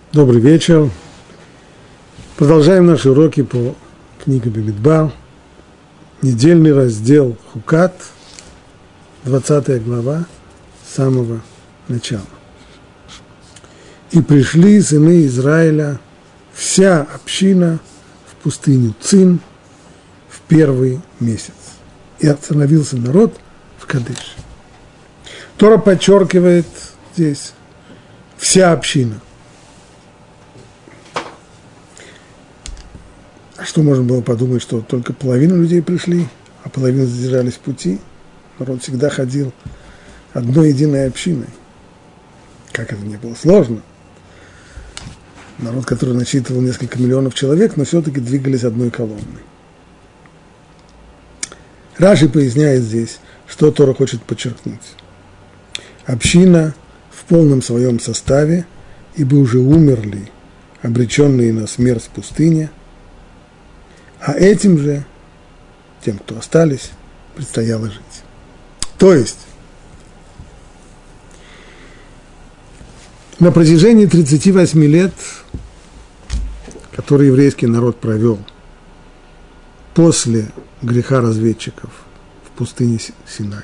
Добрый вечер. Продолжаем наши уроки по книге Бамидбар. Недельный раздел Хукат, 20 глава, с самого начала. И пришли сыны Израиля, вся община, в пустыню Цин в первый месяц. И остановился народ в Кадеш. Тора подчеркивает здесь вся община. А что можно было подумать, что только половина людей пришли, а половина задержались в пути? Народ всегда ходил одной единой общиной. Как это не было сложно. Народ, который насчитывал несколько миллионов человек, но все-таки двигались одной колонной. Раши поясняет здесь, что Тора хочет подчеркнуть. Община в полном своем составе, ибо уже умерли, обреченные на смерть в пустыне, а этим же, тем, кто остались, предстояло жить. То есть, на протяжении 38 лет, которые еврейский народ провел после греха разведчиков в пустыне Синай,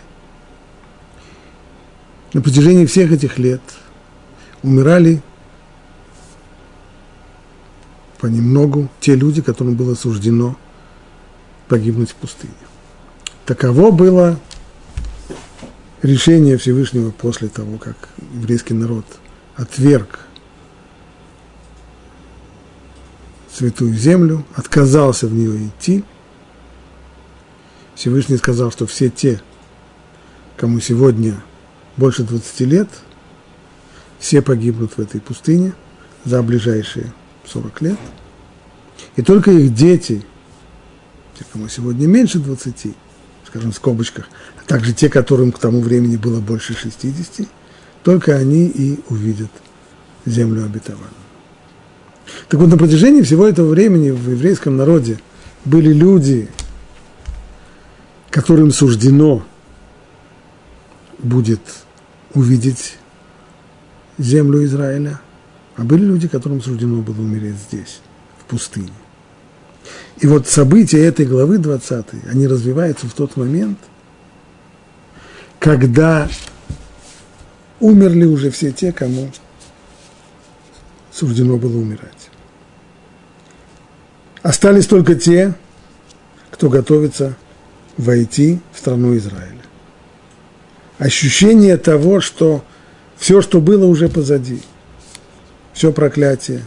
на протяжении всех этих лет умирали понемногу те люди, которым было суждено погибнуть в пустыне. Таково было решение Всевышнего после того, как еврейский народ отверг святую землю, отказался в нее идти. Всевышний сказал, что все те, кому сегодня больше 20 лет, все погибнут в этой пустыне за ближайшие 40 лет, и только их дети, те, кому сегодня меньше 20, скажем, в скобочках, а также те, которым к тому времени было больше 60, только они и увидят землю обетованную. Так вот, на протяжении всего этого времени в еврейском народе были люди, которым суждено будет увидеть землю Израиля, а были люди, которым суждено было умереть здесь, в пустыне. И вот события этой главы 20, они развиваются в тот момент, когда умерли уже все те, кому суждено было умирать. Остались только те, кто готовится войти в страну Израиля. Ощущение того, что все, что было, уже позади. Все проклятие,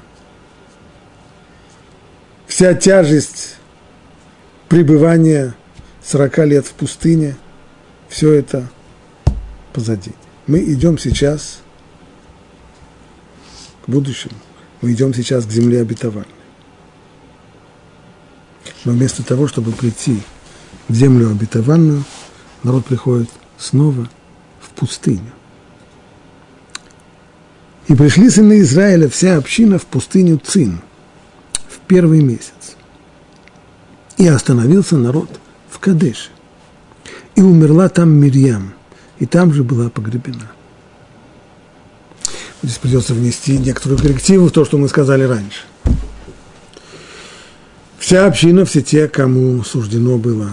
вся тяжесть пребывания 40 лет в пустыне, все это позади. Мы идем сейчас к будущему, мы идем сейчас к земле обетованной. Но вместо того, чтобы прийти в землю обетованную, народ приходит снова в пустыню. И пришли сыны Израиля, вся община, в пустыню Цин в первый месяц. И остановился народ в Кадеше. И умерла там Мирьям, и там же была погребена. Здесь придется внести некоторую коррективу в то, что мы сказали раньше. Вся община, все те, кому суждено было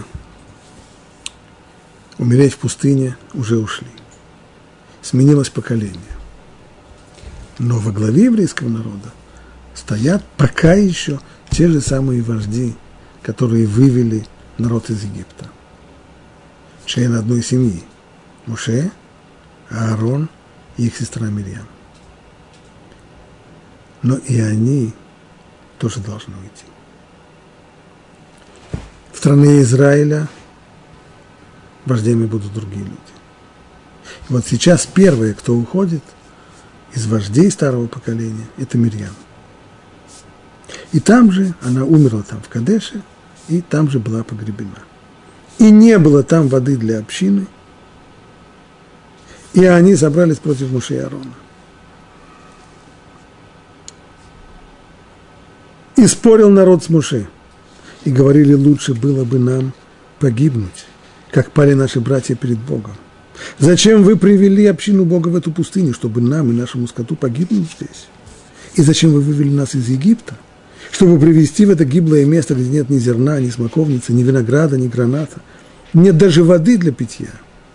умереть в пустыне, уже ушли. Сменилось поколение. Но во главе еврейского народа стоят пока еще те же самые вожди, которые вывели народ из Египта. Члены одной семьи. Моше, Аарон и их сестра Мирьям. Но и они тоже должны уйти. В стране Израиля вождями будут другие люди. И вот сейчас первые, кто уходит из вождей старого поколения, это Мирьям. И там же, она умерла там в Кадеше, и там же была погребена. И не было там воды для общины, и они собрались против Моше и Аарона. И спорил народ с Моше, и говорили, лучше было бы нам погибнуть, как пали наши братья перед Богом. Зачем вы привели общину Бога в эту пустыню, чтобы нам и нашему скоту погибнуть здесь? И зачем вы вывели нас из Египта? Чтобы привести в это гиблое место, где нет ни зерна, ни смоковницы, ни винограда, ни граната. Нет даже воды для питья.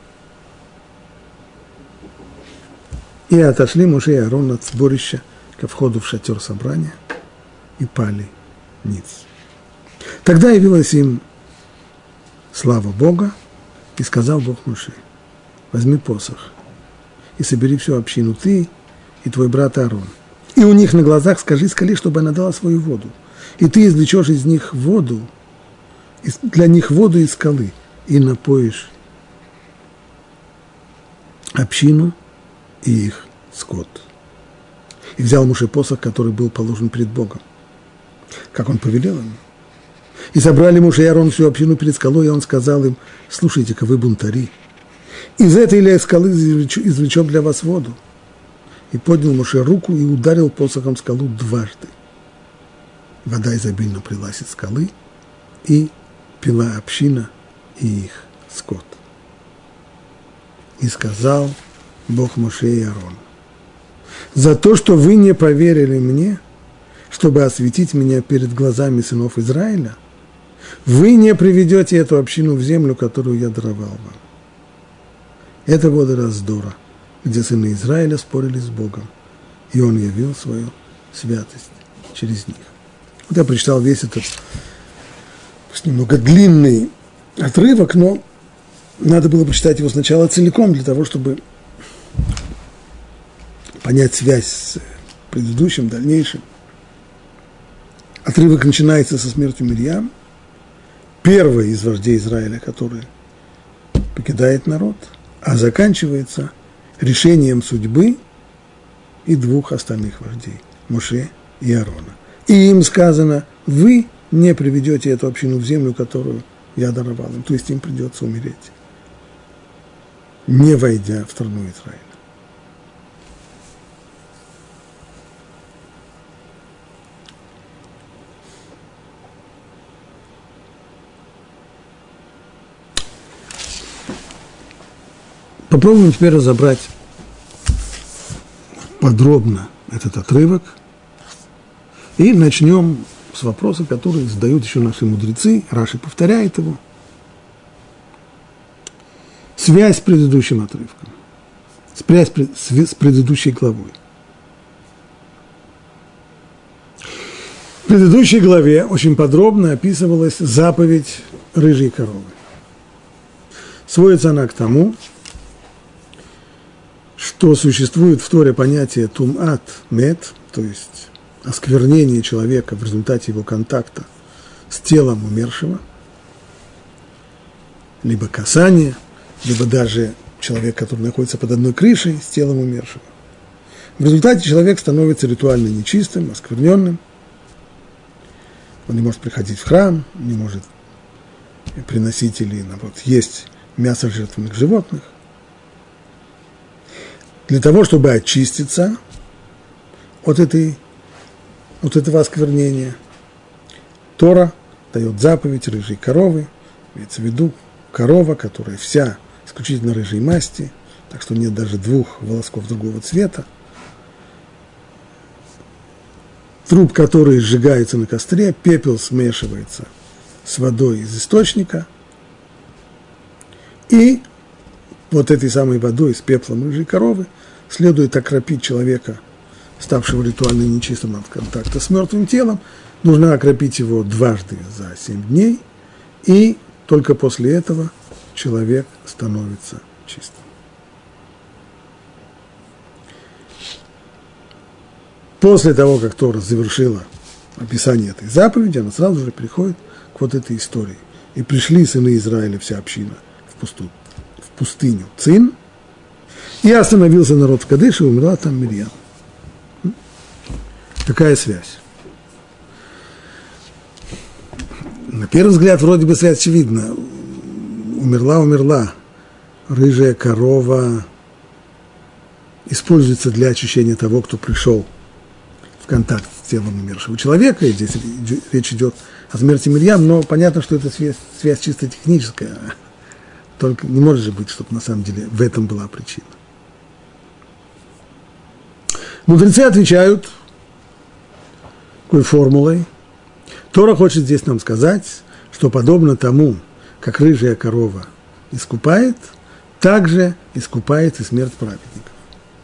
И отошли Моше и Аарон от сборища ко входу в шатер собрания и пали ниц. Тогда явилась им слава Бога, и сказал Бог Моше: возьми посох и собери всю общину, ты и твой брат Аарон. И у них на глазах скажи скале, чтобы она дала свою воду. И ты извлечешь из них воду, для них воду из скалы, и напоишь общину и их скот. И взял Моше посох, который был положен перед Богом, как он повелел ему. И собрали Моше и Аарон всю общину перед скалой, и он сказал им: слушайте-ка, вы бунтари, из этой ли скалы извлечем для вас воду. И поднял Моше руку и ударил посохом скалу дважды. Вода изобильно прилась из скалы, и пила община и их скот. И сказал Бог Моше и Аарону: за то, что вы не поверили мне, чтобы осветить меня перед глазами сынов Израиля, вы не приведете эту общину в землю, которую я даровал вам. Это годы раздора, где сыны Израиля спорили с Богом, и он явил свою святость через них. Вот я прочитал весь этот немного длинный отрывок, но надо было прочитать его сначала целиком, для того, чтобы понять связь с предыдущим, дальнейшим. Отрывок начинается со смертью Мирьям, первой из вождей Израиля, который покидает народ, а заканчивается решением судьбы и двух остальных вождей, Моше и Аарона. И им сказано: вы не приведете эту общину в землю, которую я даровал им, то есть им придется умереть, не войдя в страну Израиля. Попробуем теперь разобрать подробно этот отрывок и начнем с вопроса, который задают еще наши мудрецы. Раши повторяет его. Связь с предыдущим отрывком, связь с предыдущей главой. В предыдущей главе очень подробно описывалась заповедь рыжей коровы. Сводится она к тому, что существует в Торе понятие тумат мет, то есть осквернение человека в результате его контакта с телом умершего, либо касание, либо даже человек, который находится под одной крышей с телом умершего. В результате человек становится ритуально нечистым, оскверненным. Он не может приходить в храм, не может приносить или, наоборот, есть мясо жертвенных животных. Для того, чтобы очиститься от этого осквернения, Тора дает заповедь рыжей коровы, имеется в виду корова, которая вся исключительно рыжей масти, так что нет даже двух волосков другого цвета, труп которой сжигается на костре, пепел смешивается с водой из источника, и вот этой самой водой с пеплом рыжей коровы следует окропить человека, ставшего ритуально нечистым от контакта с мертвым телом. Нужно окропить его дважды за 7 дней, и только после этого человек становится чистым. После того, как Тора завершила описание этой заповеди, она сразу же переходит к вот этой истории. И пришли сыны Израиля, вся община, в пустыню Цин, и остановился народ в Кадеше, и умерла там Мирьям. Какая связь? На первый взгляд, вроде бы связь очевидна. Умерла. Рыжая корова используется для очищения того, кто пришел в контакт с телом умершего человека. И здесь речь идет о смерти Мирьям, но понятно, что это связь чисто техническая. Только не может же быть, чтобы на самом деле в этом была причина. Мудрецы отвечают такой формулой. Тора хочет здесь нам сказать, что подобно тому, как рыжая корова искупает, также искупает и смерть праведников.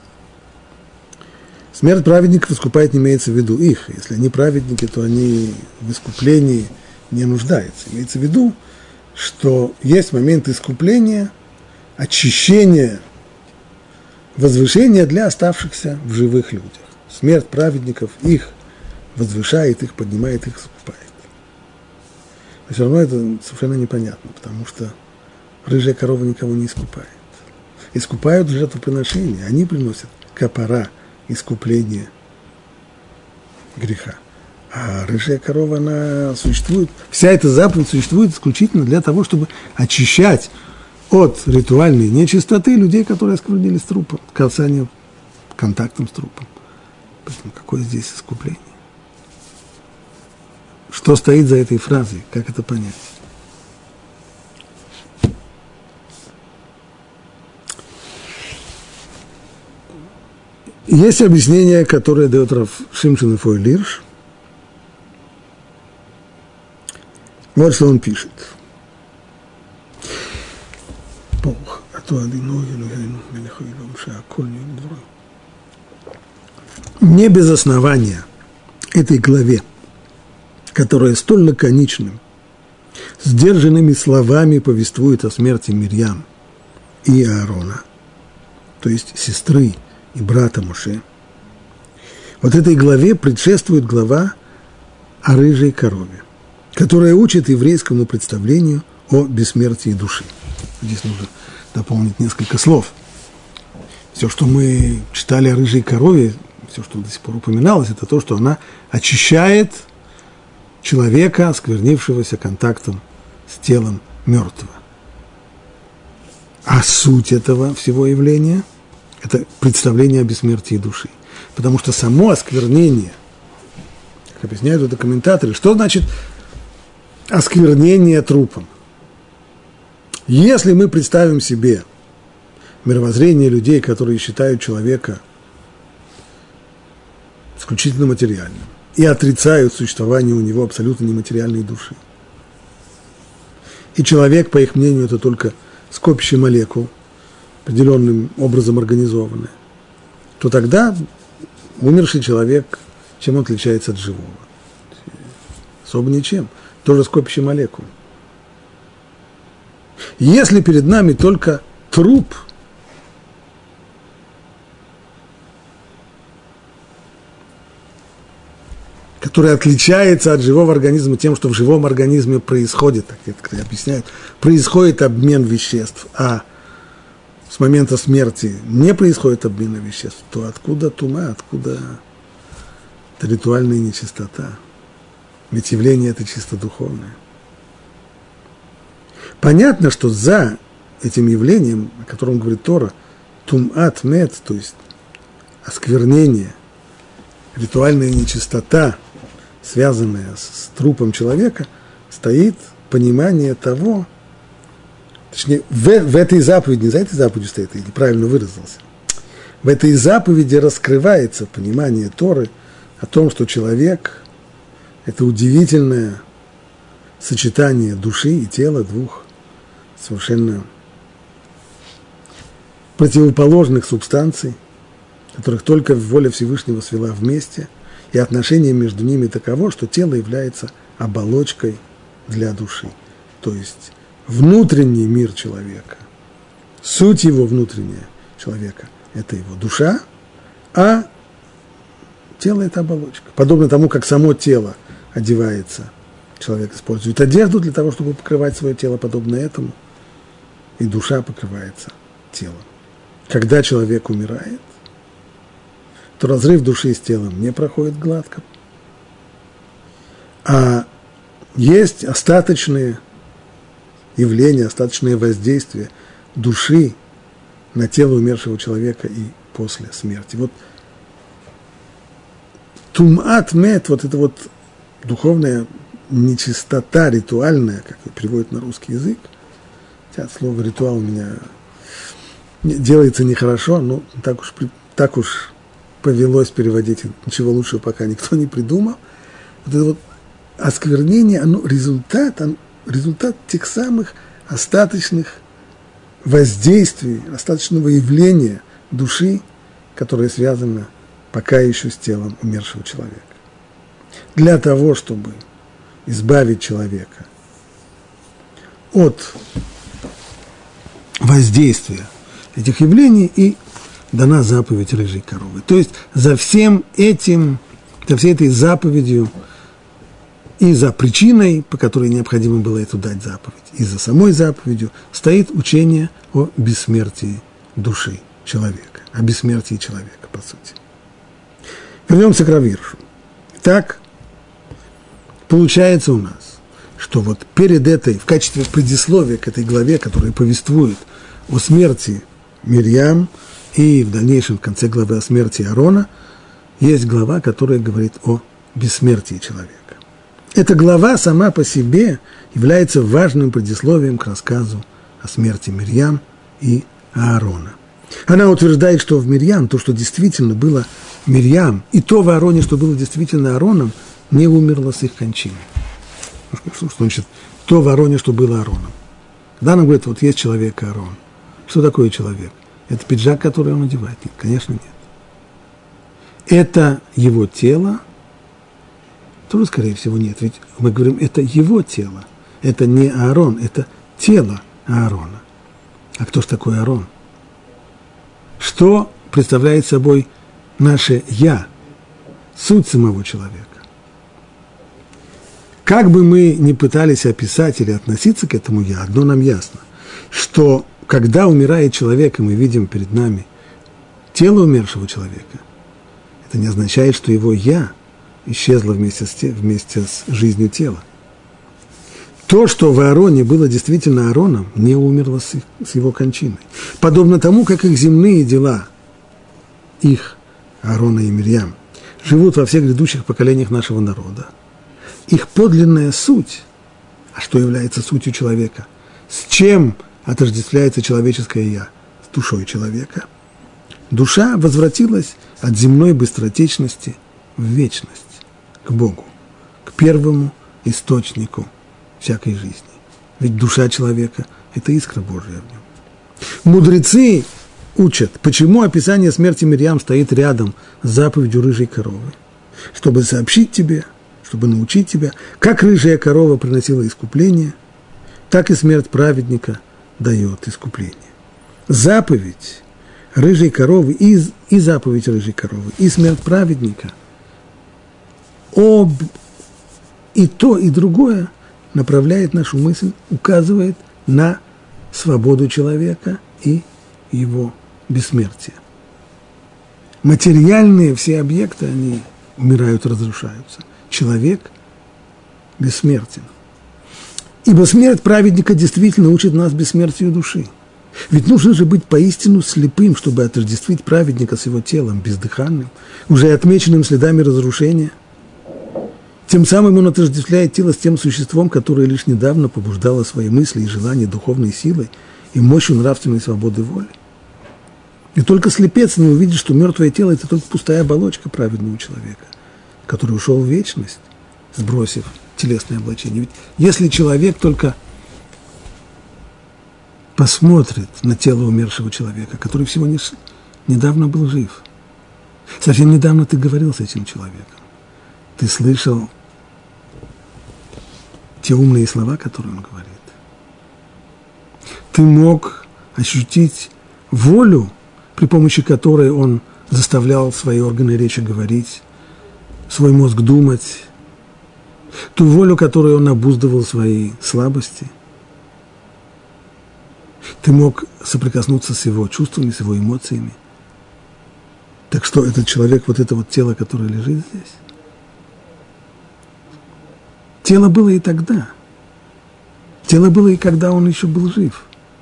Смерть праведников искупает, не имеется в виду их. Если они праведники, то они в искуплении не нуждаются. Имеется в виду, что есть момент искупления, очищения, возвышения для оставшихся в живых людях. Смерть праведников их возвышает, их поднимает, их искупает. Но все равно это совершенно непонятно, потому что рыжая корова никого не искупает. Искупают жертвоприношения, они приносят капара, искупление греха. А рыжая корова, она существует, вся эта заповедь существует исключительно для того, чтобы очищать от ритуальной нечистоты людей, которые осквернились трупом, касанием, контактом с трупом. Поэтому какое здесь искупление? Что стоит за этой фразой? Как это понять? Есть объяснение, которое дает Рав Шимшон Эфой Лирш. Вот что он пишет. Не без основания этой главе, которая столь лаконичным, сдержанными словами повествует о смерти Мирьям и Аарона, то есть сестры и брата Моше. Вот этой главе предшествует глава о рыжей корове, которая учит еврейскому представлению о бессмертии души. Здесь нужно дополнить несколько слов. Все, что мы читали о рыжей корове, все, что до сих пор упоминалось, это то, что она очищает человека, осквернившегося контактом с телом мертвого. А суть этого всего явления – это представление о бессмертии души. Потому что само осквернение, как объясняют это комментаторы, что значит осквернение трупом? Если мы представим себе мировоззрение людей, которые считают человека исключительно материальным и отрицают существование у него абсолютно нематериальной души, и человек, по их мнению, это только скопище молекул, определенным образом организованное, то тогда умерший человек, чем он отличается от живого? Особо ничем. Тоже скопище молекул. Если перед нами только труп, который отличается от живого организма тем, что в живом организме происходит, так это объясняют, происходит обмен веществ, а с момента смерти не происходит обмена веществ, то откуда тума, откуда это ритуальная нечистота? Ведь явление это чисто духовное. Понятно, что за этим явлением, о котором говорит Тора, тумат мет, то есть осквернение, ритуальная нечистота, связанная с трупом человека, стоит понимание того, точнее, в этой заповеди, не за этой заповедью стоит, я неправильно выразился, в этой заповеди раскрывается понимание Торы о том, что человек – это удивительное сочетание души и тела двух совершенно противоположных субстанций, которых только воля Всевышнего свела вместе, и отношение между ними таково, что тело является оболочкой для души. То есть внутренний мир человека, суть его внутренняя человека – это его душа, а тело – это оболочка. Подобно тому, как само тело одевается, человек использует одежду для того, чтобы покрывать свое тело, подобно этому, и душа покрывается телом. Когда человек умирает, то разрыв души с телом не проходит гладко, а есть остаточные явления, остаточные воздействия души на тело умершего человека и после смерти. Вот тумат мет, вот это вот духовная нечистота ритуальная, как переводят на русский язык, хотя слово ритуал у меня делается нехорошо, но так уж повелось переводить, ничего лучшего пока никто не придумал. Вот это вот осквернение, оно результат тех самых остаточных воздействий, остаточного явления души, которое связано пока еще с телом умершего человека. Для того, чтобы избавить человека от воздействия этих явлений, и дана заповедь рыжей коровы. То есть за всем этим, за всей этой заповедью и за причиной, по которой необходимо было эту дать заповедь, и за самой заповедью стоит учение о бессмертии души человека, о бессмертии человека, по сути. Вернемся к Рав Иршу. Так получается у нас, что вот перед этой, в качестве предисловия к этой главе, которая повествует о смерти Мирьям и в дальнейшем в конце главы о смерти Аарона, есть глава, которая говорит о бессмертии человека. Эта глава сама по себе является важным предисловием к рассказу о смерти Мирьям и Аарона. Она утверждает, что в Мирьям то, что действительно было Мирьям, и то в Аароне, что было действительно Аароном, не умерло с их кончиной. Что значит то в Аароне, что было Аароном? Когда нам говорят, вот есть человек Аарон. Что такое человек? Это пиджак, который он одевает? Нет, конечно, нет. Это его тело? Тоже, скорее всего, нет. Ведь мы говорим, это его тело. Это не Аарон, это тело Аарона. А кто же такой Аарон? Что представляет собой наше «я», суть самого человека? Как бы мы ни пытались описать или относиться к этому «я», одно нам ясно, что когда умирает человек, и мы видим перед нами тело умершего человека, это не означает, что его «я» исчезло вместе с жизнью тела. То, что в Аароне было действительно Аароном, не умерло с его кончиной. Подобно тому, как их земные дела, их, Аарона и Мирьям, живут во всех грядущих поколениях нашего народа. Их подлинная суть, а что является сутью человека, с чем отождествляется человеческое «я», с душой человека. Душа возвратилась от земной быстротечности в вечность, к Богу, к первому источнику всякой жизни. Ведь душа человека – это искра Божия в нем. Мудрецы учат, почему описание смерти Мирьям стоит рядом с заповедью рыжей коровы, чтобы сообщить тебе, чтобы научить тебя, как рыжая корова приносила искупление, так и смерть праведника дает искупление. Заповедь рыжей коровы и заповедь рыжей коровы, и смерть праведника, и то, и другое направляет нашу мысль, указывает на свободу человека и его бессмертие. Материальные все объекты, они умирают, разрушаются. Человек бессмертен. Ибо смерть праведника действительно учит нас бессмертию души. Ведь нужно же быть поистину слепым, чтобы отождествить праведника с его телом, бездыханным, уже отмеченным следами разрушения. Тем самым он отождествляет тело с тем существом, которое лишь недавно побуждало свои мысли и желания духовной силой и мощью нравственной свободы воли. И только слепец не увидит, что мертвое тело – это только пустая оболочка праведного человека, который ушел в вечность, сбросив телесное облачение. Ведь если человек только посмотрит на тело умершего человека, который всего недавно был жив, совсем недавно ты говорил с этим человеком, ты слышал те умные слова, которые он говорит. Ты мог ощутить волю, при помощи которой он заставлял свои органы речи говорить, свой мозг думать, ту волю, которой он обуздывал свои слабости. Ты мог соприкоснуться с его чувствами, с его эмоциями. Так что этот человек, вот это вот тело, которое лежит здесь, тело было и тогда. Тело было и когда он еще был жив.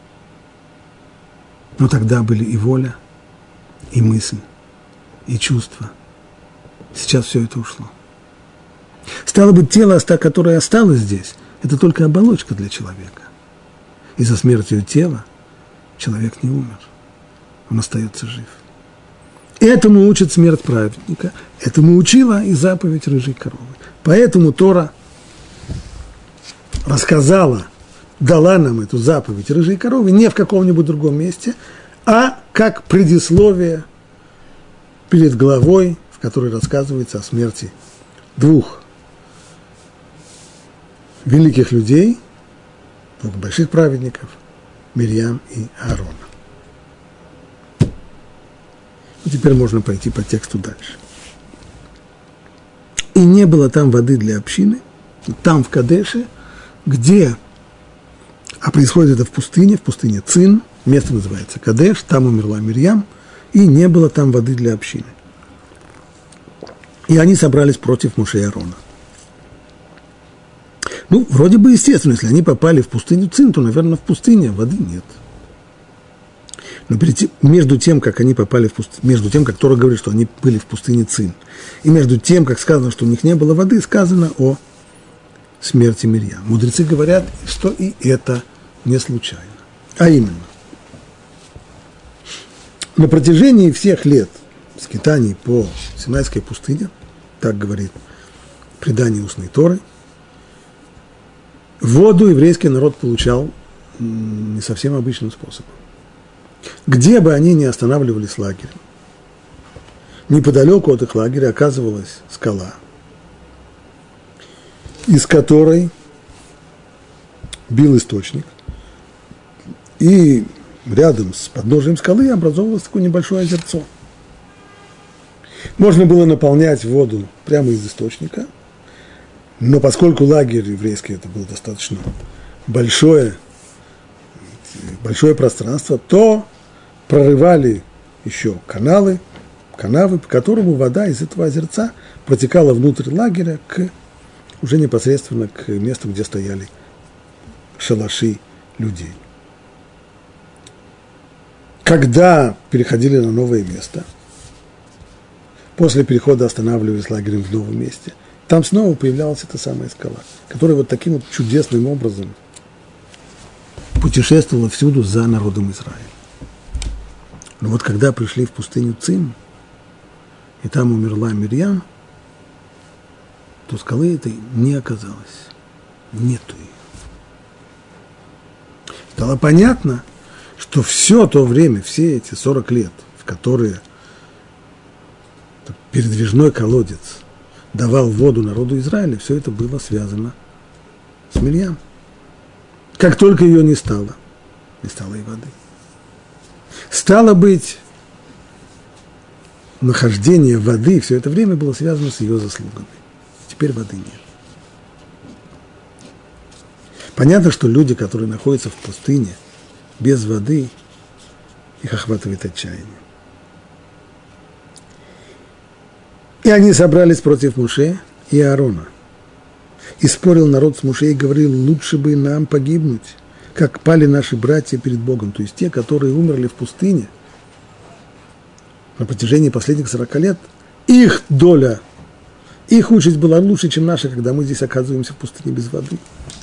Но тогда были и воля, и мысль, и чувства. Сейчас все это ушло. Стало быть, тело, которое осталось здесь, это только оболочка для человека. И со смертью тела человек не умер. Он остается жив. Этому учит смерть праведника. Этому учила и заповедь рыжей коровы. Поэтому Тора рассказала, дала нам эту заповедь рыжей коровы не в каком-нибудь другом месте, а как предисловие перед главой, в которой рассказывается о смерти двух великих людей, двух больших праведников, Мирьям и Аарона. И теперь можно пойти по тексту дальше. И не было там воды для общины, там в Кадеше, где, а происходит это в пустыне Цин, место называется Кадеш, там умерла Мирьям, и не было там воды для общины. И они собрались против Моше и Аарона. Ну, вроде бы естественно, если они попали в пустыню Цин, то, наверное, в пустыне воды нет. Но между тем, как они попали в пустыню, между тем, как Тора говорит, что они были в пустыне Цин, и между тем, как сказано, что у них не было воды, сказано о смерти Мирьям. Мудрецы говорят, что и это не случайно. А именно, на протяжении всех лет скитаний по Синайской пустыне, так говорит предание устной Торы, воду еврейский народ получал не совсем обычным способом. Где бы они ни останавливались лагерем, неподалеку от их лагеря оказывалась скала, из которой бил источник, и рядом с подножием скалы образовалось такое небольшое озерцо. Можно было наполнять воду прямо из источника, но поскольку лагерь еврейский это было достаточно большое пространство, то прорывали еще канавы, по которым вода из этого озерца протекала внутрь лагеря уже непосредственно к месту, где стояли шалаши людей. Когда переходили на новое место, после перехода останавливались лагерем в новом месте, там снова появлялась эта самая скала, которая вот таким вот чудесным образом путешествовала всюду за народом Израиля. Но вот когда пришли в пустыню Цин, и там умерла Мирьям, то скалы этой не оказалось. Нету ее. Стало понятно, что все то время, все эти 40 лет, в которые передвижной колодец давал воду народу Израиля, все это было связано с Мирьям. Как только ее не стало и воды. Стало быть, нахождение воды все это время было связано с ее заслугами. Теперь воды нет. Понятно, что люди, которые находятся в пустыне без воды, их охватывает отчаяние. И они собрались против Моше и Аарона. И спорил народ с Моше и говорил, лучше бы нам погибнуть, как пали наши братья перед Богом, то есть те, которые умерли в пустыне на протяжении последних 40 лет, их доля, их участь была лучше, чем наша, когда мы здесь оказываемся в пустыне без воды.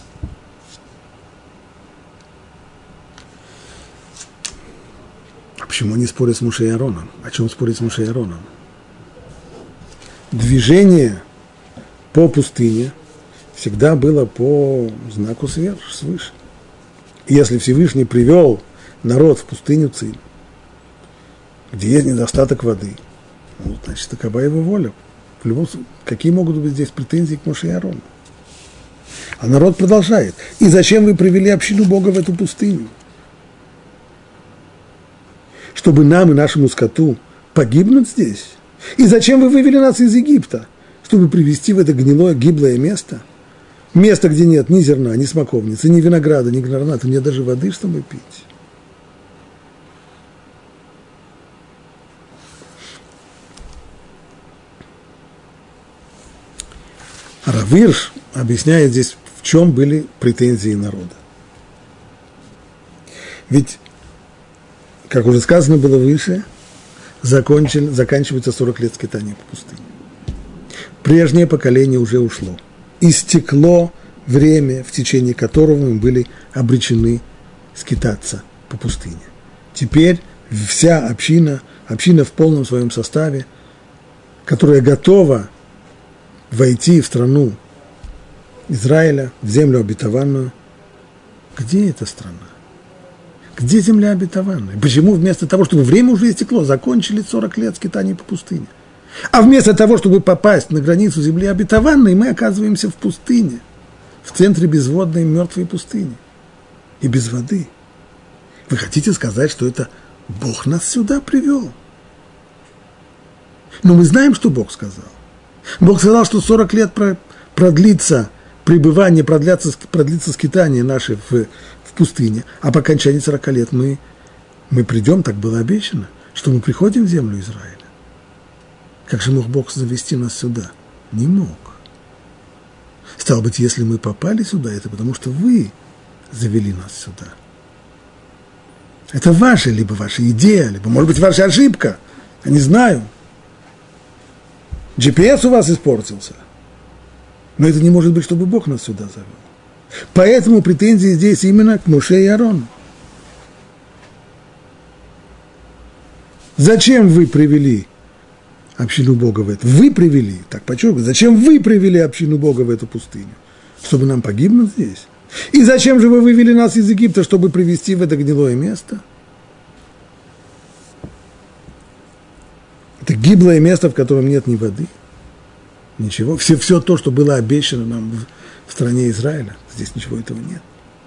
А почему они спорят с Моше и Аароном? О чем спорить с Моше и Аароном? Движение по пустыне всегда было по знаку свыше. И если Всевышний привел народ в пустыню Цин, где есть недостаток воды, ну, значит, такова его воля. В любом случае, какие могут быть здесь претензии к Моше и Аарону? А народ продолжает. И зачем вы привели общину Бога в эту пустыню? Чтобы нам и нашему скоту погибнуть здесь? И зачем вы вывели нас из Египта? Чтобы привести в это гнилое, гиблое место? Место, где нет ни зерна, ни смоковницы, ни винограда, ни граната, нет даже воды, чтобы пить. Рав Ирш объясняет здесь, в чем были претензии народа. Ведь, как уже сказано было выше, заканчивается 40 лет скитания по пустыне. Прежнее поколение уже ушло. Истекло время, в течение которого мы были обречены скитаться по пустыне. Теперь вся община в полном своем составе, которая готова войти в страну Израиля, в землю обетованную. Где эта страна? Где земля обетованная? Почему вместо того, чтобы время уже истекло, закончили 40 лет скитаний по пустыне? А вместо того, чтобы попасть на границу земли обетованной, мы оказываемся в пустыне, в центре безводной мертвой пустыни и без воды. Вы хотите сказать, что это Бог нас сюда привел? Но мы знаем, что Бог сказал. Бог сказал, что 40 лет продлится пребывание, продлится скитание наше в пустыне, а по окончании 40 лет мы придем, так было обещано, что мы приходим в землю Израиля. Как же мог Бог завести нас сюда? Не мог. Стало быть, если мы попали сюда, это потому что вы завели нас сюда. Это ваша, либо ваша идея, либо, может быть, ваша ошибка. Я не знаю. GPS у вас испортился. Но это не может быть, чтобы Бог нас сюда завел. Поэтому претензии здесь именно к Моше и Аарону. Зачем вы привели общину Бога в это? Вы привели, так подчеркиваю, зачем вы привели общину Бога в эту пустыню? Чтобы нам погибнуть здесь? И зачем же вы вывели нас из Египта, чтобы привести в это гнилое место? Это гиблое место, в котором нет ни воды, ничего. Все то, что было обещано нам в стране Израиля, здесь ничего этого нет.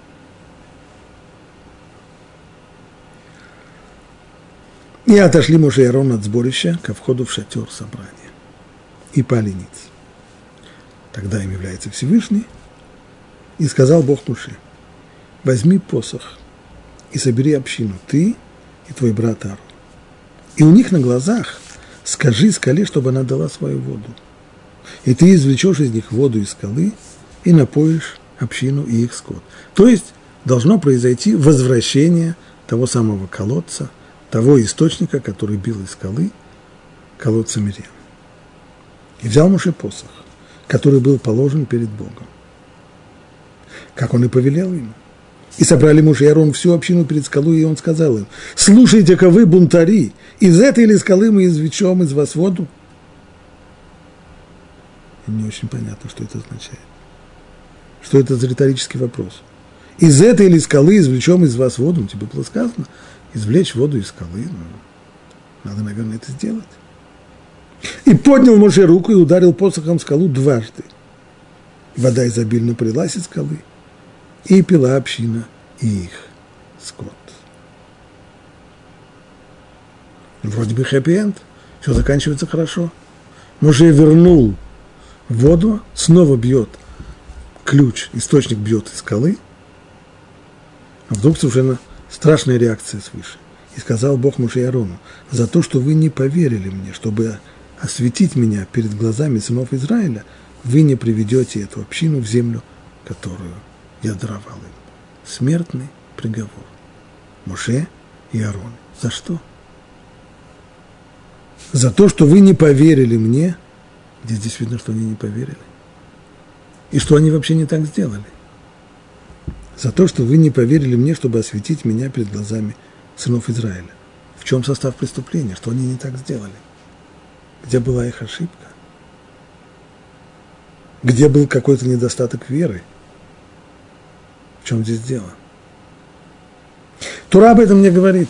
И отошли Моше и Аарон от сборища ко входу в шатер собрания. И пали ниц. Тогда им является Всевышний. И сказал Бог Моше: возьми посох и собери общину, ты и твой брат Аарон. И у них на глазах скажи скале, чтобы она дала свою воду. И ты извлечешь из них воду из скалы и напоишь общину и их скот. То есть должно произойти возвращение того самого колодца, того источника, который бил из скалы, колодца Мирьям. И взял Моше посох, который был положен перед Богом, как он и повелел ему. И собрали Моше и Аарон всю общину перед скалой, и он сказал им: слушайте-ка вы, бунтари, из этой ли скалы мы извлечем из вас воду? И не очень понятно, что это означает. Что это за риторический вопрос? Из этой ли скалы извлечем из вас воду? Ну, тебе было сказано, извлечь воду из скалы. Ну, надо, наверное, это сделать. И поднял Моше руку и ударил посохом скалу дважды. Вода изобильно полилась из скалы, и пила община и их скот. Вроде бы хэппи-энд, все заканчивается хорошо. Моше вернул воду, снова бьет ключ, источник бьет из скалы, а вдруг совершенно страшная реакция свыше. И сказал Бог Моше и Аарону: за то, что вы не поверили мне, чтобы осветить меня перед глазами сынов Израиля, вы не приведете эту общину в землю, которую я даровал им. Смертный приговор. Моше и Аарон. За что? За то, что вы не поверили мне. Где здесь видно, что они не поверили? И что они вообще не так сделали? За то, что вы не поверили мне, чтобы осветить меня перед глазами сынов Израиля. В чем состав преступления? Что они не так сделали? Где была их ошибка? Где был какой-то недостаток веры? В чем здесь дело? Тора об этом не говорит.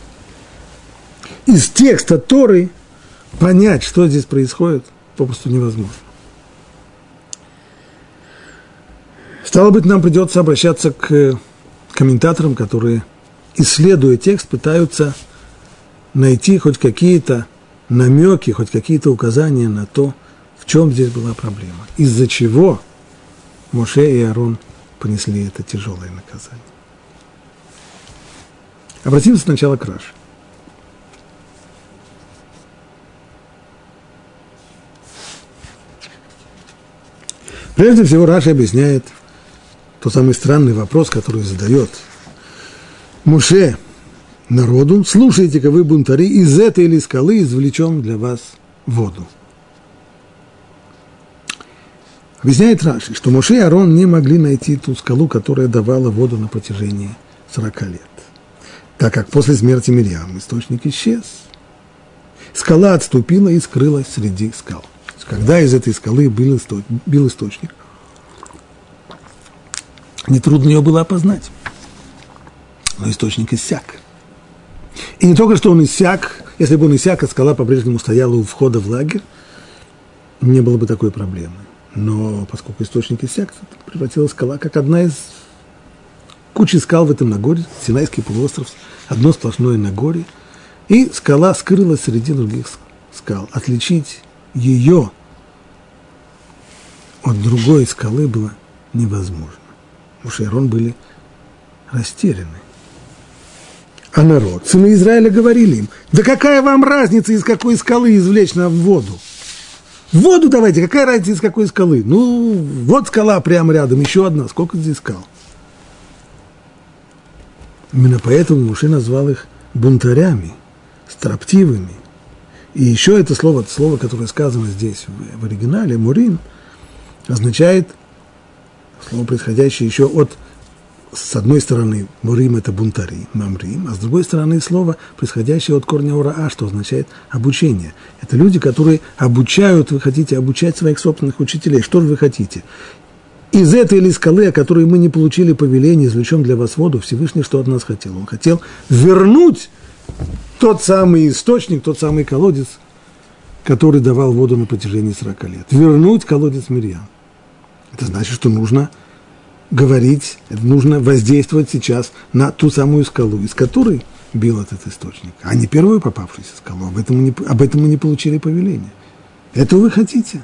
Из текста Торы понять, что здесь происходит, попросту невозможно. Стало быть, нам придется обращаться к комментаторам, которые, исследуя текст, пытаются найти хоть какие-то намеки, хоть какие-то указания на то, в чем здесь была проблема, из-за чего Моше и Аарон понесли это тяжелое наказание. Обратимся сначала к Раши. Прежде всего, Раши объясняет тот самый странный вопрос, который задает Моше народу: слушайте-ка вы, бунтари, из этой ли скалы извлечем для вас воду. Объясняет Раши, что Моше и Аарон не могли найти ту скалу, которая давала воду на протяжении 40 лет. так как после смерти Мирьям источник исчез. Скала отступила и скрылась среди скал. Когда из этой скалы бил источник, нетрудно ее было опознать. Но источник иссяк. И не только что он иссяк, если бы он иссяк, а скала по-прежнему стояла у входа в лагерь, не было бы такой проблемы. Но поскольку источник иссяк, превратилась скала как одна из кучи скал в этом Нагорье, Синайский полуостров, одно сплошное Нагорье, и скала скрылась среди других скал. Отличить ее от другой скалы было невозможно. Моше и Аарон были растеряны. А народ, сыны Израиля, говорили им: да какая вам разница, из какой скалы извлечь нам воду? Воду давайте, какая разница, из какой скалы? Ну, вот скала прямо рядом, еще одна, сколько здесь скал? Именно поэтому Моше назвал их бунтарями, строптивыми. И еще это слово, которое сказано здесь в оригинале, мурим, означает слово, происходящее еще от, с одной стороны, мурим – это бунтари, мамрим, а с другой стороны, слово, происходящее от корня ураа, что означает обучение. Это люди, которые обучают, вы хотите обучать своих собственных учителей. Что же вы хотите? Из этой ли скалы, о которой мы не получили повеление, извлечем для вас воду, Всевышний что от нас хотел? Он хотел вернуть тот самый источник, тот самый колодец, который давал воду на протяжении 40 лет. Вернуть колодец Мирьям. Это значит, что нужно говорить, нужно воздействовать сейчас на ту самую скалу, из которой бил этот источник, а не первую попавшуюся скалу. Об этом мы не получили повеление. Этого вы хотите?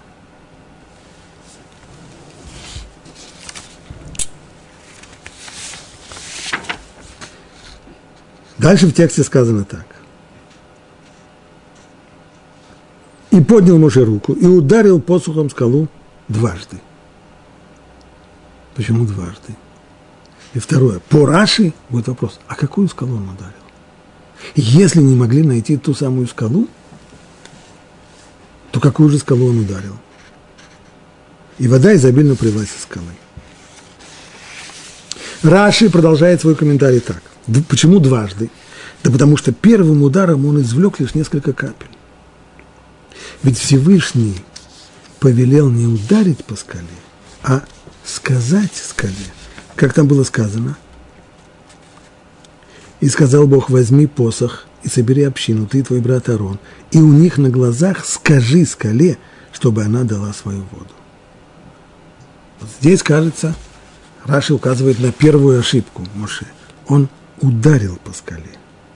Дальше в тексте сказано так. И поднял Моше руку и ударил посохом скалу дважды. Почему дважды? И второе. По Раши будет вопрос, а какую скалу он ударил? Если не могли найти ту самую скалу, то какую же скалу он ударил? И вода изобильно пролилась из скалы. Раши продолжает свой комментарий так. Почему дважды? Да потому что первым ударом он извлек лишь несколько капель. Ведь Всевышний повелел не ударить по скале, а сказать скале. Как там было сказано? И сказал Бог: возьми посох и собери общину, ты и твой брат Аарон, и у них на глазах скажи скале, чтобы она дала свою воду. Вот здесь, кажется, Раши указывает на первую ошибку Моше. Он ударил по скале.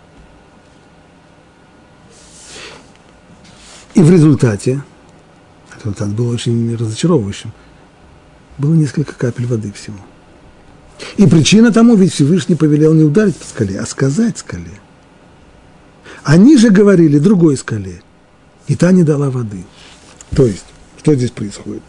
И в результате, результат был очень разочаровывающим, было несколько капель воды всего. И причина тому, ведь Всевышний повелел не ударить по скале, а сказать скале. Они же говорили другой скале, и та не дала воды. То есть, что здесь происходит?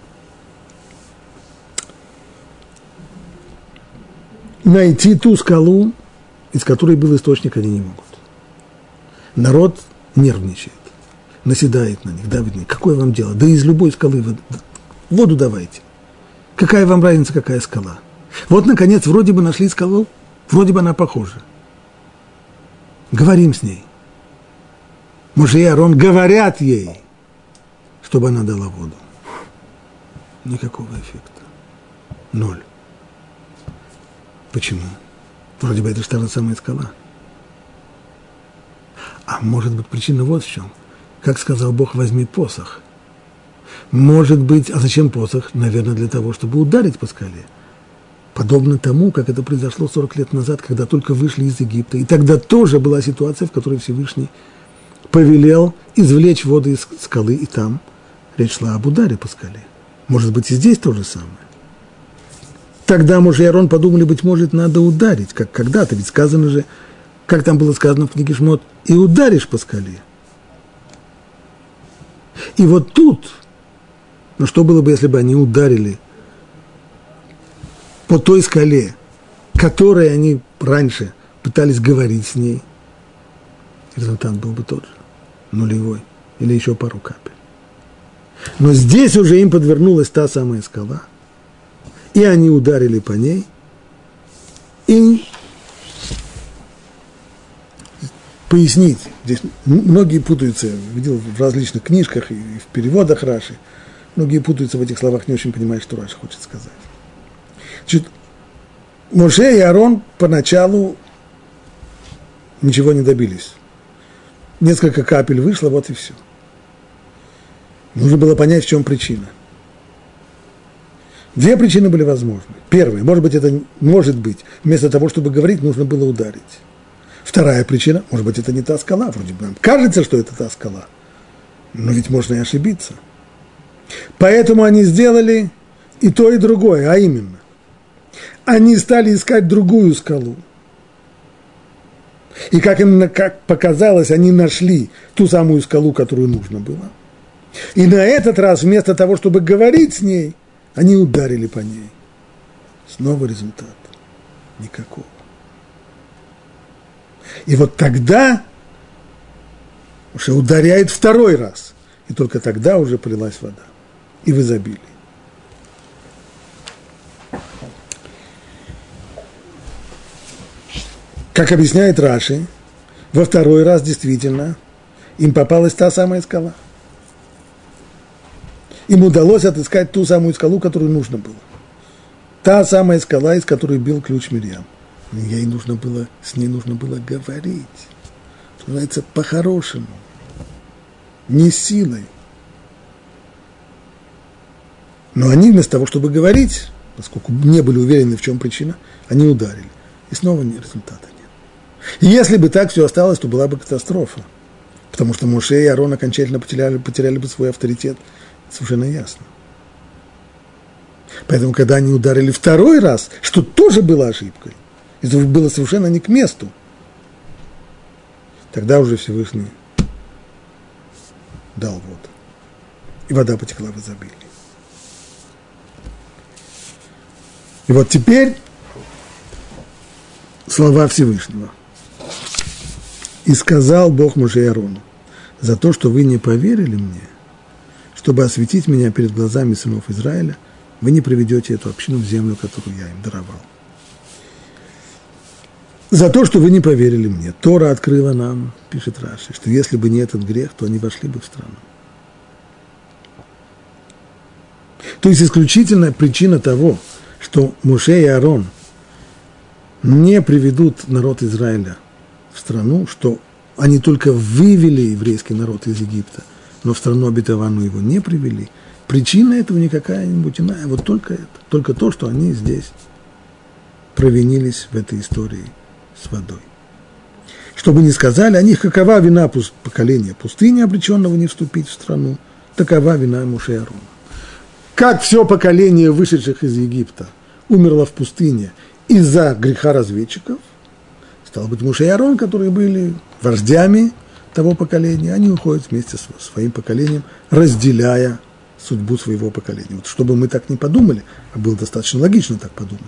Найти ту скалу, из которой был источник, они не могут. Народ нервничает, наседает на них, давит на них. Какое вам дело? Да из любой скалы воду давайте. Какая вам разница, какая скала? Вот, наконец, вроде бы нашли скалу, вроде бы она похожа. Говорим с ней. Моше и Аарон говорят ей, чтобы она дала воду. Никакого эффекта. Ноль. Почему? Вроде бы это же та же самая скала. А может быть, причина вот в чем. Как сказал Бог, возьми посох. Может быть, а зачем посох? Наверное, для того, чтобы ударить по скале. Подобно тому, как это произошло 40 лет назад, когда только вышли из Египта. И тогда тоже была ситуация, в которой Всевышний повелел извлечь воду из скалы, и там речь шла об ударе по скале. Может быть, и здесь то же самое. Тогда Моше и Аарон подумали, быть может, надо ударить, как когда-то, ведь сказано же, как там было сказано в книге Шмот, и ударишь по скале. И вот тут, ну что было бы, если бы они ударили по той скале, которой они раньше пытались говорить с ней, результат был бы тот же, нулевой, или еще пару капель. Но здесь уже им подвернулась та самая скала, и они ударили по ней, и пояснить. Здесь многие путаются, видел в различных книжках и в переводах Раши. Многие путаются в этих словах, не очень понимают, что Раши хочет сказать. Значит, Моше и Аарон поначалу ничего не добились. Несколько капель вышло, вот и все. Нужно было понять, в чем причина. Две причины были возможны. Первая, может быть, вместо того, чтобы говорить, нужно было ударить. Вторая причина, может быть, это не та скала, вроде бы нам кажется, что это та скала, но ведь можно и ошибиться. Поэтому они сделали и то, и другое, а именно, они стали искать другую скалу. И как показалось, они нашли ту самую скалу, которую нужно было. И на этот раз, вместо того, чтобы говорить с ней, они ударили по ней. Снова результат никакого. И вот тогда уже ударяет второй раз. И только тогда уже полилась вода. И в изобилии. Как объясняет Раши, во второй раз действительно им попалась та самая скала. Им удалось отыскать ту самую скалу, которую нужно было. Та самая скала, из которой бил ключ Мирьям. С ней нужно было говорить. Что называется, по-хорошему. Не силой. Но они вместо того, чтобы говорить, поскольку не были уверены, в чем причина, они ударили. И снова результата нет. И если бы так все осталось, то была бы катастрофа. Потому что Моше и Аарон окончательно потеряли бы свой авторитет. Совершенно ясно. Поэтому, когда они ударили второй раз, что тоже было ошибкой, это было совершенно не к месту, тогда уже Всевышний дал воду. И вода потекла в изобилии. И вот теперь слова Всевышнего. «И сказал Бог Моше и Аарону, за то, что вы не поверили мне, чтобы осветить меня перед глазами сынов Израиля, вы не приведете эту общину в землю, которую я им даровал. За то, что вы не поверили мне, Тора открыла нам, пишет Раши, что если бы не этот грех, то они вошли бы в страну». То есть исключительная причина того, что Моше и Аарон не приведут народ Израиля в страну, что они только вывели еврейский народ из Египта, но в страну обетованную его не привели. Причина этого не какая-нибудь иная, вот только это, только то, что они здесь провинились в этой истории с водой. Чтобы не сказали о них, какова вина поколения пустыни, обреченного не вступить в страну, такова вина Моше и Аарона. Как все поколение вышедших из Египта умерло в пустыне из-за греха разведчиков, стало быть, Моше и Аарон, которые были вождями того поколения, они уходят вместе со своим поколением, разделяя судьбу своего поколения. Вот чтобы мы так не подумали, а было достаточно логично так подумать.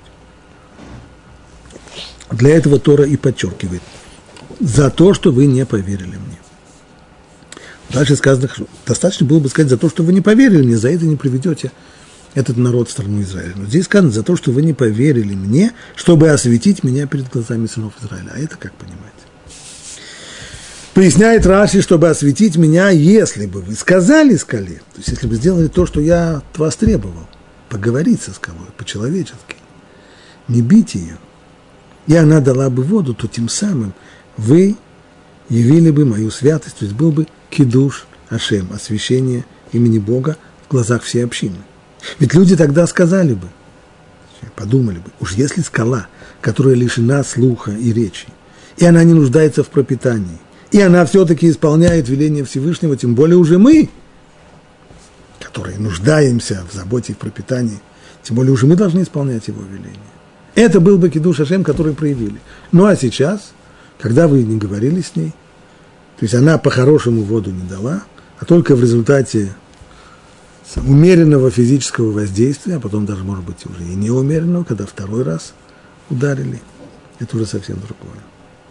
Для этого Тора и подчеркивает: за то, что вы не поверили мне. Дальше сказано, что достаточно было бы сказать: за то, что вы не поверили мне, за это не приведете этот народ в страну Израиля. Но здесь сказано: за то, что вы не поверили мне, чтобы осветить меня перед глазами сынов Израиля. А это как понимать? Поясняет Раши, чтобы осветить меня, если бы вы сказали скале, то есть если бы сделали то, что я от вас требовал, поговорить со скалой по-человечески, не бить ее, и она дала бы воду, то тем самым вы явили бы мою святость, то есть был бы кидуш Ашем, освящение имени Бога в глазах всей общины. Ведь люди тогда сказали бы, подумали бы, уж если скала, которая лишена слуха и речи, и она не нуждается в пропитании, и она все-таки исполняет веление Всевышнего, тем более уже мы, которые нуждаемся в заботе и в пропитании, тем более уже мы должны исполнять его веление. Это был бы кидуш Ашем, который проявили. Ну а сейчас, когда вы не говорили с ней, то есть она по-хорошему воду не дала, а только в результате умеренного физического воздействия, а потом даже, может быть, уже и неумеренного, когда второй раз ударили, это уже совсем другое.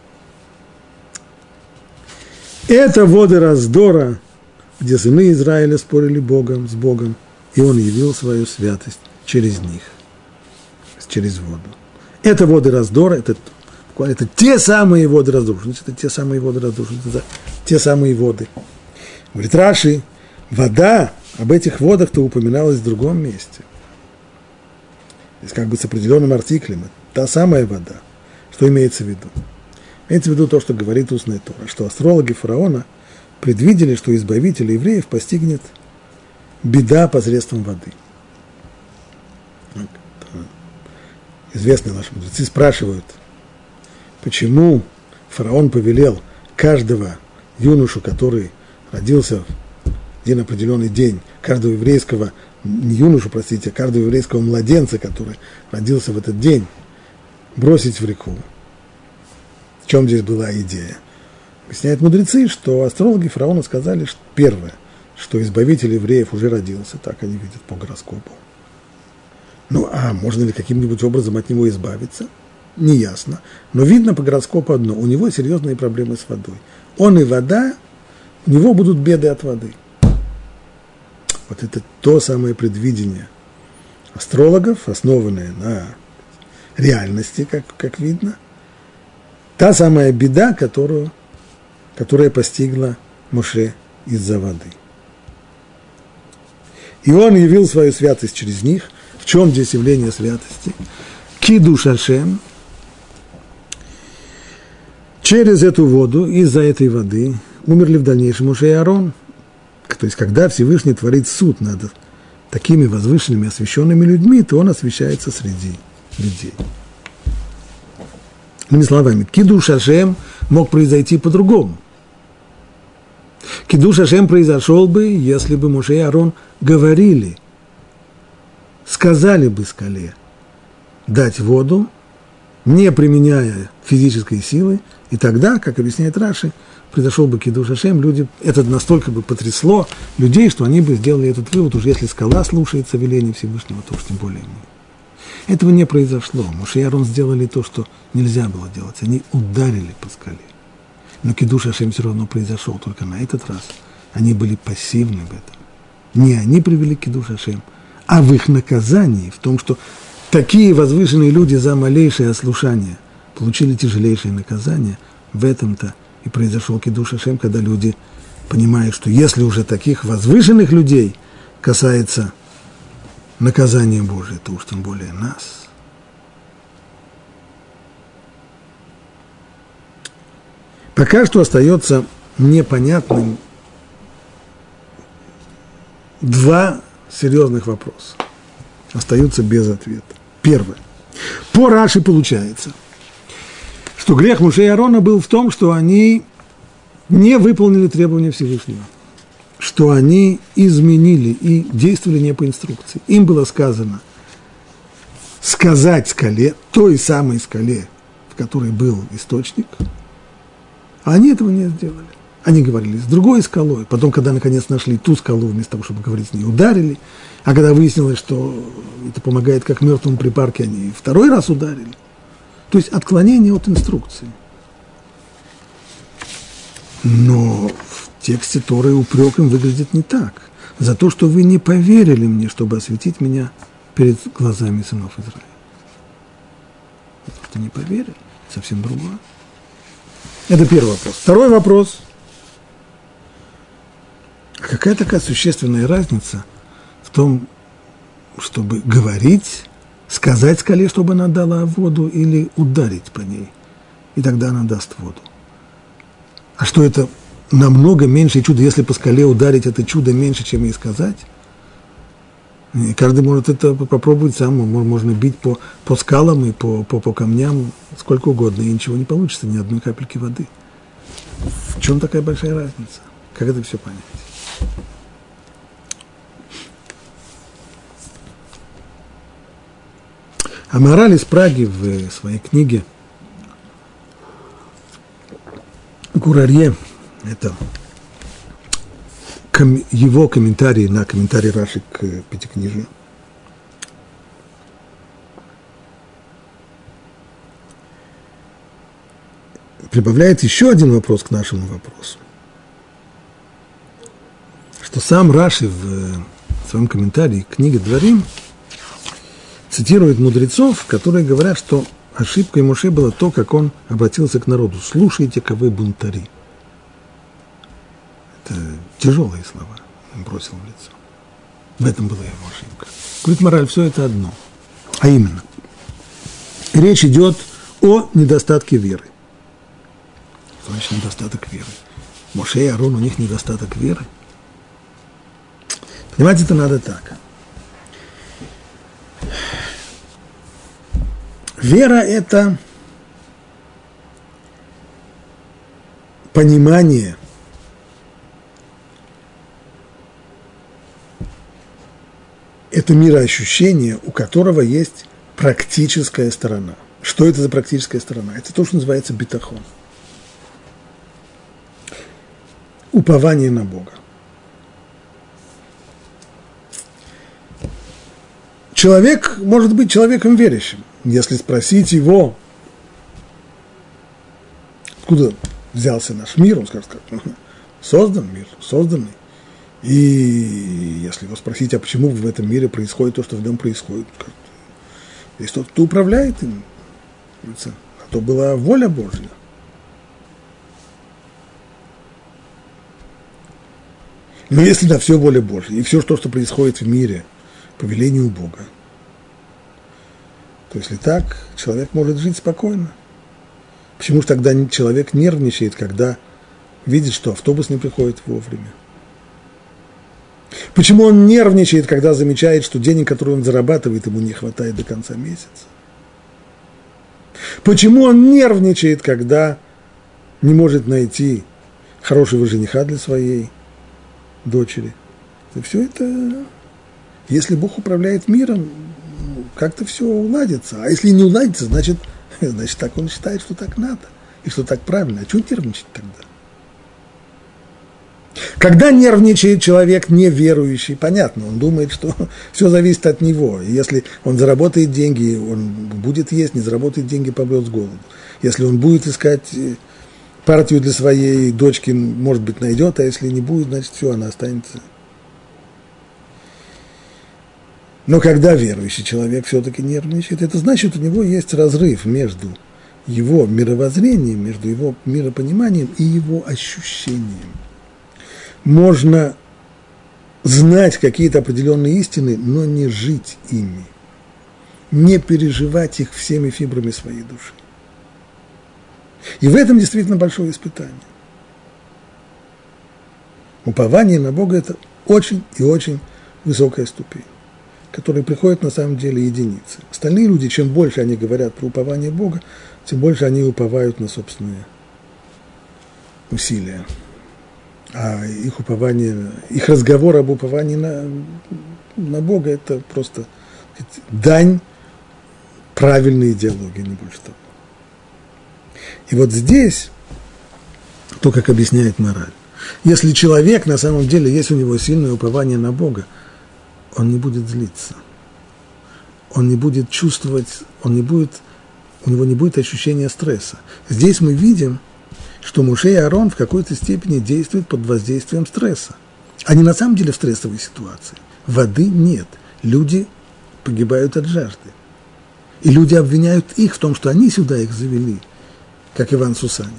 Это воды раздора, где сыны Израиля спорили с Богом, и Он явил свою святость через них, через воду. Это воды раздора, это это те самые воды разрушенности, это те самые воды разрушенности, это те самые воды. Говорит Раши, вода об этих водах-то упоминалась в другом месте. То есть как бы с определенным артиклем. Та самая вода. Что имеется в виду? Имеется в виду то, что говорит устная Тора, что астрологи фараона предвидели, что избавитель евреев постигнет беда посредством воды. Известные наши мудрецы спрашивают, почему фараон повелел каждого юношу, который родился в один определенный день, каждого еврейского, не юношу, простите, а каждого еврейского младенца, который родился в этот день, бросить в реку. В чем здесь была идея? Объясняют мудрецы, что астрологи фараона сказали, что первое, что избавитель евреев уже родился, так они видят по гороскопу. Ну, а можно ли каким-нибудь образом от него избавиться? Неясно. Но видно по гороскопу одно, у него серьезные проблемы с водой. Он и вода, у него будут беды от воды. Вот это то самое предвидение астрологов, основанное на реальности, как видно. Та самая беда, которая постигла Моше из-за воды. И он явил свою святость через них. В чем здесь явление святости? Кидуш Ашем. Через эту воду, из-за этой воды, умерли в дальнейшем Моше и Аарон. То есть, когда Всевышний творит суд над такими возвышенными, освященными людьми, то он освящается среди людей. Иными словами, Кидуш Ашем мог произойти по-другому. Кидуш Ашем произошел бы, если бы Моше и Аарон говорили, сказали бы скале дать воду, не применяя физической силы, и тогда, как объясняет Раши, произошел бы Кидуш Ашем, люди, это настолько бы потрясло людей, что они бы сделали этот вывод, уже если скала слушается веления Всевышнего, то уж тем более мы. Этого не произошло. Моше и Аарон сделали то, что нельзя было делать. Они ударили по скале. Но Кидуш Ашем все равно произошел, только на этот раз они были пассивны в этом. Не они привели Кидуш Ашем, а в их наказании, в том, что такие возвышенные люди за малейшее ослушание получили тяжелейшее наказание, в этом-то и произошел Кидуш Ашем, когда люди понимают, что если уже таких возвышенных людей касается наказание Божие, то уж тем более нас. Пока что остается непонятным два серьезных вопроса. Остаются без ответа. Первое. По Раши получается, что грех Моше и Аарона был в том, что они не выполнили требования Всевышнего, что они изменили и действовали не по инструкции. Им было сказано сказать скале, той самой скале, в которой был источник, а они этого не сделали. Они говорили с другой скалой, потом, когда наконец нашли ту скалу, вместо того, чтобы говорить с ней, ударили, а когда выяснилось, что это помогает как мертвому припарке, они второй раз ударили. То есть отклонение от инструкции. Но в тексте Торы упрек им выглядит не так. За то, что вы не поверили мне, чтобы осветить меня перед глазами сынов Израиля. За то, что не поверили, совсем другое. Это первый вопрос. Второй вопрос. Какая такая существенная разница в том, чтобы говорить, сказать скале, чтобы она дала воду, или ударить по ней, и тогда она даст воду? А что это намного меньше чудо, если по скале ударить, это чудо меньше, чем ей сказать? И каждый может это попробовать сам, можно бить по скалам и по камням сколько угодно, и ничего не получится, ни одной капельки воды. В чем такая большая разница? Как это все понять? А Мораль из Праги в своей книге Гурарье, это его комментарий на комментарий Раши к Пятикнижию, прибавляет еще один вопрос к нашему вопросу. Что сам Раши в своем комментарии к книге Дворим цитирует мудрецов, которые говорят, что ошибкой Моше было то, как он обратился к народу. «Слушайте-ка вы, бунтари». Это тяжелые слова он бросил в лицо. В этом была его ошибка. Говорит мораль, все это одно. А именно, речь идет о недостатке веры. Что значит недостаток веры? Моше и Аарон, у них недостаток веры. Понимаете, это надо так. Вера – это понимание, это мироощущение, у которого есть практическая сторона. Что это за практическая сторона? Это то, что называется битахон. Упование на Бога. Человек может быть человеком верящим. Если спросить его, откуда взялся наш мир, он скажет, как создан мир, созданный. И если его спросить, а почему в этом мире происходит то, что в нем происходит, есть тот, кто управляет им, а то была воля Божья. Но если на все воля Божья, и все, что происходит в мире, по велению Бога, то если так, человек может жить спокойно. Почему же тогда человек нервничает, когда видит, что автобус не приходит вовремя? Почему он нервничает, когда замечает, что денег, которые он зарабатывает, ему не хватает до конца месяца? Почему он нервничает, когда не может найти хорошего жениха для своей дочери? И все это, если Бог управляет миром, как-то все уладится. А если не уладится, значит так он считает, что так надо, и что так правильно. А чего нервничать тогда? Когда нервничает человек неверующий, понятно, он думает, что все зависит от него. И если он заработает деньги, он будет есть, не заработает деньги, помрет с голоду. Если он будет искать партию для своей дочки, может быть, найдет, а если не будет, значит, все, она останется. Но когда верующий человек все-таки нервничает, это значит, у него есть разрыв между его мировоззрением, между его миропониманием и его ощущением. Можно знать какие-то определенные истины, но не жить ими, не переживать их всеми фибрами своей души. И в этом действительно большое испытание. Упование на Бога – это очень и очень высокая ступень, к которой приходят на самом деле единицы. Остальные люди, чем больше они говорят про упование Бога, тем больше они уповают на собственные усилия. А их упование, их разговор об уповании на Бога – это просто дань правильной идеологии, не больше того. И вот здесь то, как объясняет мораль. Если человек на самом деле, есть у него сильное упование на Бога, он не будет злиться, он не будет чувствовать, у него не будет ощущения стресса. Здесь мы видим, что Моше и Аарон в какой-то степени действуют под воздействием стресса. Они на самом деле в стрессовой ситуации. Воды нет, люди погибают от жажды. И люди обвиняют их в том, что они сюда их завели, как Иван Сусанин.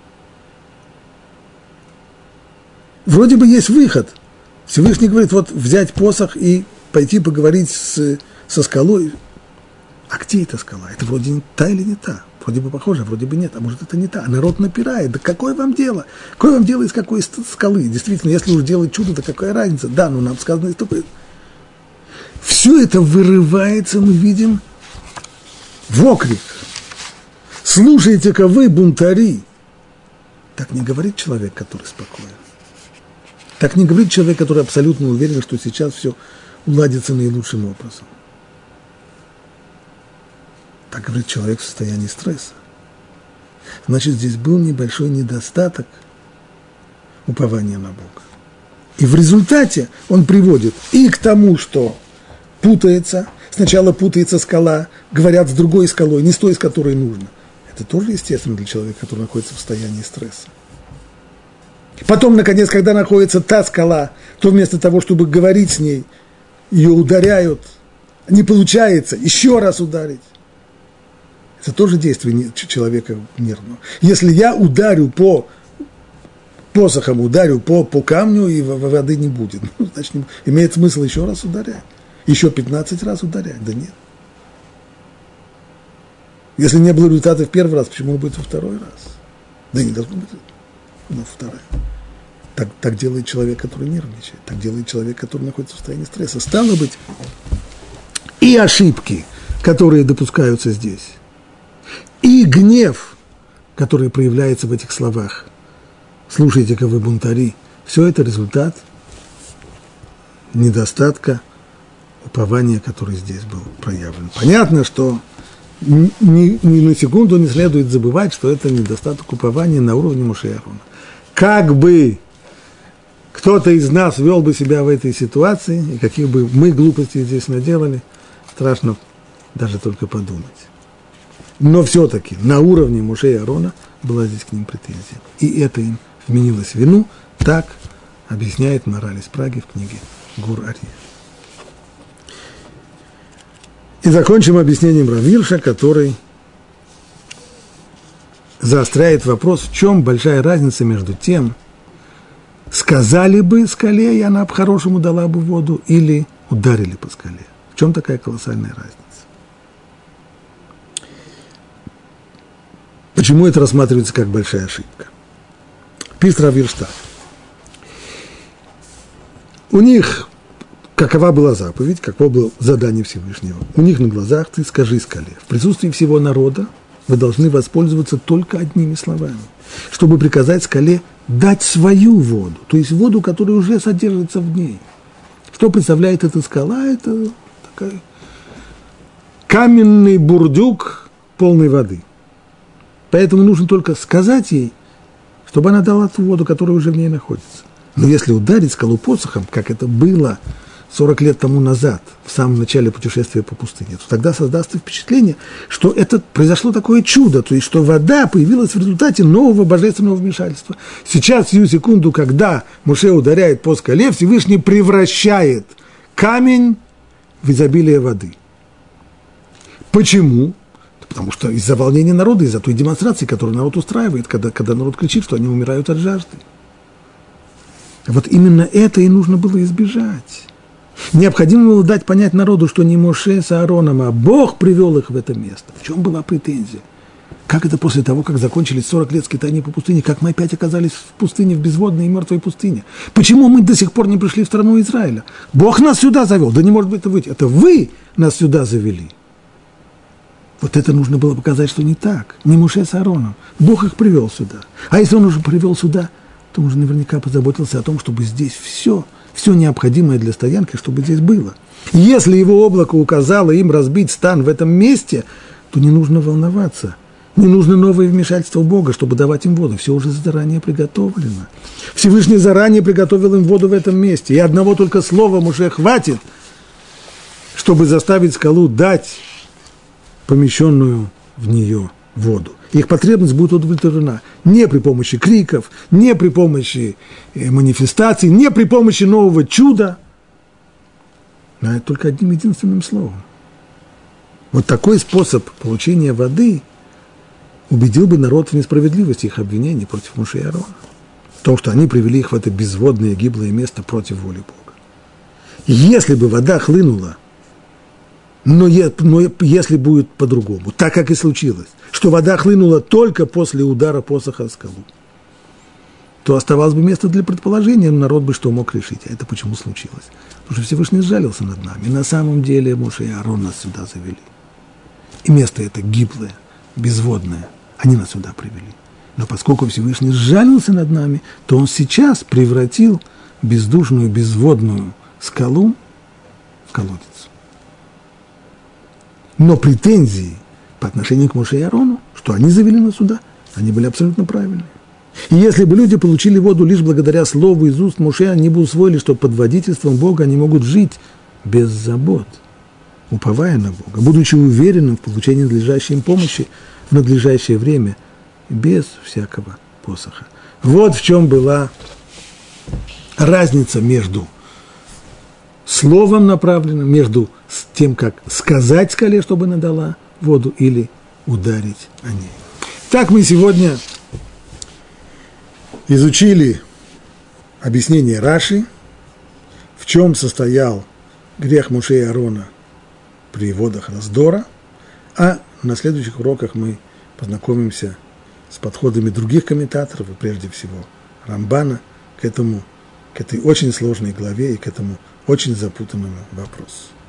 Вроде бы есть выход. Всевышний говорит, вот взять посох и пойти поговорить со скалой. А где эта скала? Это вроде не та или не та? Вроде бы похоже, вроде бы нет, а может это не та. А народ напирает. Да какое вам дело? Какое вам дело из какой скалы? Действительно, если уж делать чудо, то какая разница? Да, но нам сказано из того. Все это вырывается, мы видим, в окрик. Слушайте-ка вы, бунтари. Так не говорит человек, который спокоен. Так не говорит человек, который абсолютно уверен, что сейчас все уладится наилучшим образом. Так говорит человек в состоянии стресса. Значит, здесь был небольшой недостаток упования на Бога. И в результате он приводит и к тому, что путается, сначала путается скала, говорят с другой скалой, не с той, с которой нужно. Это тоже естественно для человека, который находится в состоянии стресса. Потом, наконец, когда находится та скала, то вместо того, чтобы говорить с ней, ее ударяют, не получается еще раз ударить. Это тоже действие человека нервного. Если я ударю по посохом, ударю по камню, и воды не будет, ну, значит, имеет смысл еще раз ударять. Еще 15 раз ударять? Да нет. Если не было результата в первый раз, почему он будет во второй раз? Да не должно быть во второй. Так делает человек, который нервничает. Так делает человек, который находится в состоянии стресса. Стало быть, и ошибки, которые допускаются здесь, и гнев, который проявляется в этих словах, слушайте-ка вы, бунтари, все это результат недостатка упования, который здесь был проявлен. Понятно, что ни на секунду не следует забывать, что это недостаток упования на уровне Моше и Аарона. Как бы кто-то из нас вел бы себя в этой ситуации, и каких бы мы глупостей здесь наделали, страшно даже только подумать. Но все-таки на уровне Моше и Аарона была здесь к ним претензия. И это им вменилось вину, так объясняет мораль из Праги в книге Гур Арье. И закончим объяснением Рав Ирша, который заостряет вопрос, в чем большая разница между тем, сказали бы скале, и она по-хорошему дала бы воду, или ударили по скале. В чем такая колоссальная разница? Почему это рассматривается как большая ошибка? Пишет Рав Ирш так. У них какова была заповедь, каково было задание Всевышнего? У них на глазах ты скажи скале. В присутствии всего народа вы должны воспользоваться только одними словами, чтобы приказать скале дать свою воду, то есть воду, которая уже содержится в ней. Что представляет эта скала? Это такой каменный бурдюк полной воды. Поэтому нужно только сказать ей, чтобы она дала ту воду, которая уже в ней находится. Но если ударить скалу посохом, как это было 40 лет тому назад, в самом начале путешествия по пустыне, то тогда создастся впечатление, что это произошло такое чудо, то есть что вода появилась в результате нового божественного вмешательства. Сейчас, сию секунду, когда Моше ударяет по скале, Всевышний превращает камень в изобилие воды. Почему? Потому что из-за волнения народа, из-за той демонстрации, которую народ устраивает, когда народ кричит, что они умирают от жажды. Вот именно это и нужно было избежать. Необходимо было дать понять народу, что не Моше с Аароном, а Бог привел их в это место. В чем была претензия? Как это после того, как закончились 40 лет скитания по пустыне, как мы опять оказались в пустыне, в безводной и мертвой пустыне? Почему мы до сих пор не пришли в страну Израиля? Бог нас сюда завел. Да не может быть это быть. Это вы нас сюда завели. Вот это нужно было показать, что не так. Не Моше с Аароном. Бог их привел сюда. А если он уже привел сюда, то он уже наверняка позаботился о том, чтобы здесь все необходимое для стоянки, чтобы здесь было. Если его облако указало им разбить стан в этом месте, то не нужно волноваться. Не нужно новое вмешательство Бога, чтобы давать им воду. Все уже заранее приготовлено. Всевышний заранее приготовил им воду в этом месте. И одного только слова Моше хватит, чтобы заставить скалу дать помещенную в нее воду. Их потребность будет удовлетворена не при помощи криков, не при помощи манифестаций, не при помощи нового чуда, но это только одним единственным словом. Вот такой способ получения воды убедил бы народ в несправедливости их обвинений против Моше и Аарона, в том, что они привели их в это безводное гиблое место против воли Бога. Если бы вода хлынула, но если будет по-другому, так как и случилось, что вода хлынула только после удара посоха о скалу, то оставалось бы место для предположения, народ бы что мог решить. А это почему случилось? Потому что Всевышний сжалился над нами. На самом деле Моше и Аарон нас сюда завели. И место это гиблое, безводное. Они нас сюда привели. Но поскольку Всевышний сжалился над нами, то он сейчас превратил бездушную, безводную скалу в колодец. Но претензии по отношению к Моше и Аарону, что они завели нас сюда, они были абсолютно правильные. И если бы люди получили воду лишь благодаря слову из уст Моше, они бы усвоили, что под водительством Бога они могут жить без забот, уповая на Бога, будучи уверенным в получении надлежащей им помощи в надлежащее время, без всякого посоха. Вот в чем была разница между словом направленным, между тем, как сказать скале, чтобы она дала воду, или ударить о ней. Так мы сегодня изучили объяснение Раши, в чем состоял грех Моше и Аарона при водах раздора, а на следующих уроках мы познакомимся с подходами других комментаторов, и прежде всего Рамбана, к этой очень сложной главе и к этому очень запутанному вопросу.